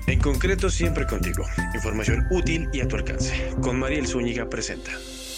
En concreto, siempre contigo. Información útil y a tu alcance. Con Mariel Zúñiga presenta.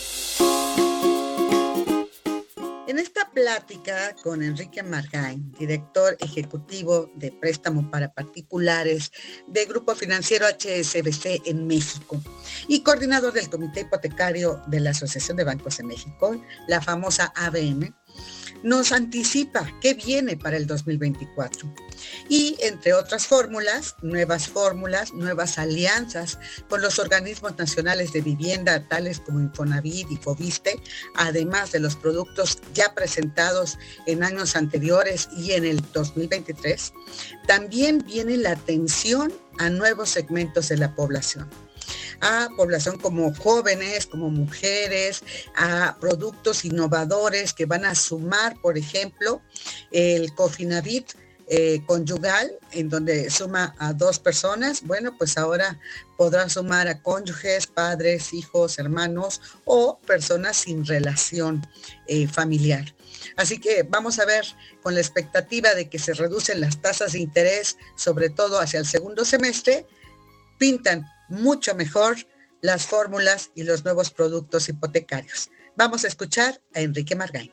En esta plática con Enrique Margain, director ejecutivo de préstamo para particulares de Grupo Financiero HSBC en México y coordinador del Comité Hipotecario de la Asociación de Bancos de México, la famosa ABM, nos anticipa qué viene para el 2024. Y entre otras fórmulas, nuevas alianzas con los organismos nacionales de vivienda, tales como Infonavit y Foviste, además de los productos ya presentados en años anteriores y en el 2023, también viene la atención a nuevos segmentos de la población. A población como jóvenes, como mujeres, a productos innovadores que van a sumar, por ejemplo, el Cofinavit conyugal, en donde suma a 2 personas. Bueno, pues ahora podrá sumar a cónyuges, padres, hijos, hermanos o personas sin relación familiar. Así que vamos a ver, con la expectativa de que se reducen las tasas de interés, sobre todo hacia el segundo semestre, pintan mucho mejor las fórmulas y los nuevos productos hipotecarios. Vamos a escuchar a Enrique Margain.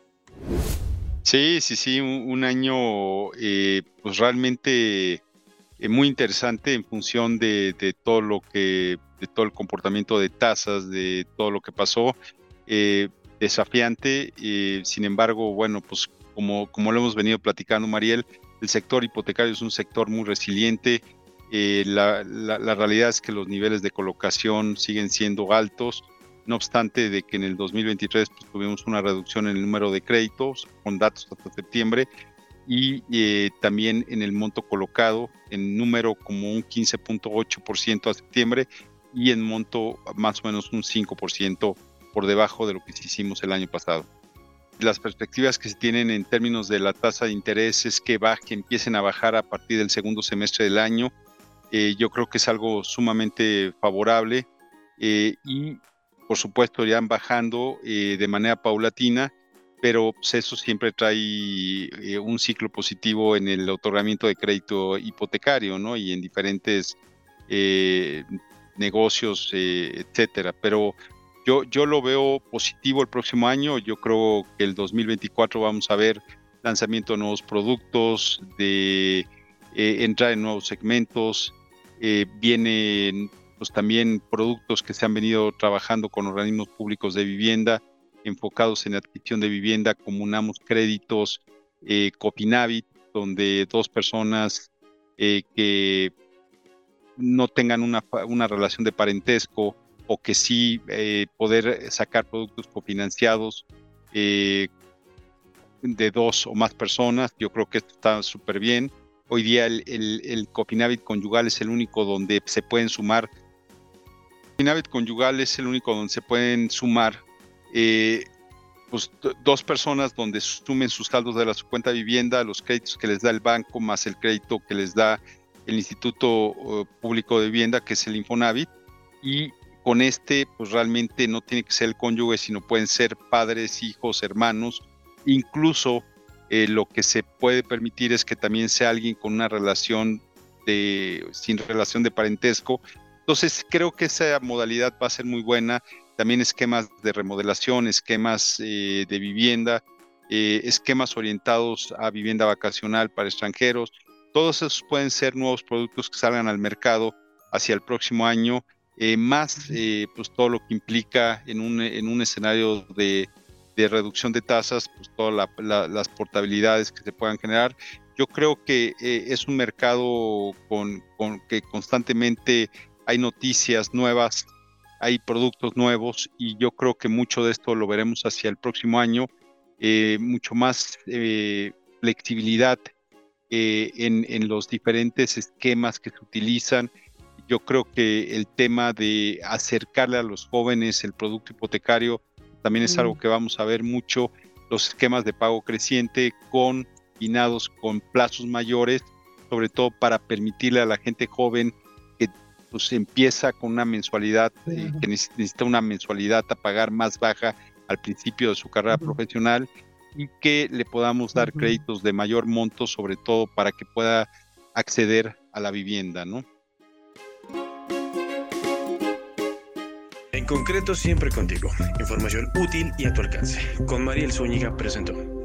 Sí, un año pues realmente muy interesante en función de todo el comportamiento de tasas, de todo lo que pasó, desafiante, sin embargo, bueno, pues como lo hemos venido platicando, Mariel, el sector hipotecario es un sector muy resiliente. La realidad es que los niveles de colocación siguen siendo altos, no obstante de que en el 2023 pues, tuvimos una reducción en el número de créditos con datos hasta septiembre y también en el monto colocado, en número como un 15.8% a septiembre y en monto más o menos un 5% por debajo de lo que hicimos el año pasado. Las perspectivas que se tienen en términos de la tasa de interés es que empiecen a bajar a partir del segundo semestre del año. Yo creo que es algo sumamente favorable y por supuesto irán bajando de manera paulatina, pero pues, eso siempre trae un ciclo positivo en el otorgamiento de crédito hipotecario, ¿no? Y en diferentes negocios, etcétera. Pero yo lo veo positivo el próximo año. Yo creo que el 2024 vamos a ver lanzamiento de nuevos productos, de entrar en nuevos segmentos. Vienen pues también productos que se han venido trabajando con organismos públicos de vivienda enfocados en adquisición de vivienda, como Unamos Créditos, Cofinavit, donde 2 personas que no tengan una relación de parentesco o que sí poder sacar productos cofinanciados de 2 o más personas. Yo creo que esto está súper bien. Hoy día el Cofinavit conyugal es el único donde se pueden sumar. Cofinavit conyugal es el único donde se pueden sumar pues 2 personas donde sumen sus saldos de su cuenta de vivienda, los créditos que les da el banco, más el crédito que les da el Instituto Público de Vivienda, que es el Infonavit. Y con pues realmente no tiene que ser el cónyuge, sino pueden ser padres, hijos, hermanos. Incluso lo que se puede permitir es que también sea alguien con una relación sin relación de parentesco. Entonces creo que esa modalidad va a ser muy buena. También esquemas de remodelación, esquemas de vivienda, esquemas orientados a vivienda vacacional para extranjeros. Todos esos pueden ser nuevos productos que salgan al mercado hacia el próximo año, más pues todo lo que implica en un escenario de reducción de tasas, pues todas las portabilidades que se puedan generar. Yo creo que es un mercado con que constantemente hay noticias nuevas, hay productos nuevos y yo creo que mucho de esto lo veremos hacia el próximo año, mucho más flexibilidad en los diferentes esquemas que se utilizan. Yo creo que el tema de acercarle a los jóvenes el producto hipotecario también es algo que vamos a ver mucho, los esquemas de pago creciente combinados con plazos mayores, sobre todo para permitirle a la gente joven que pues empieza con una mensualidad, que necesita una mensualidad a pagar más baja al principio de su carrera profesional y que le podamos dar créditos de mayor monto, sobre todo para que pueda acceder a la vivienda, ¿no? En concreto, siempre contigo. Información útil y a tu alcance. Con Mariel Zúñiga presentó.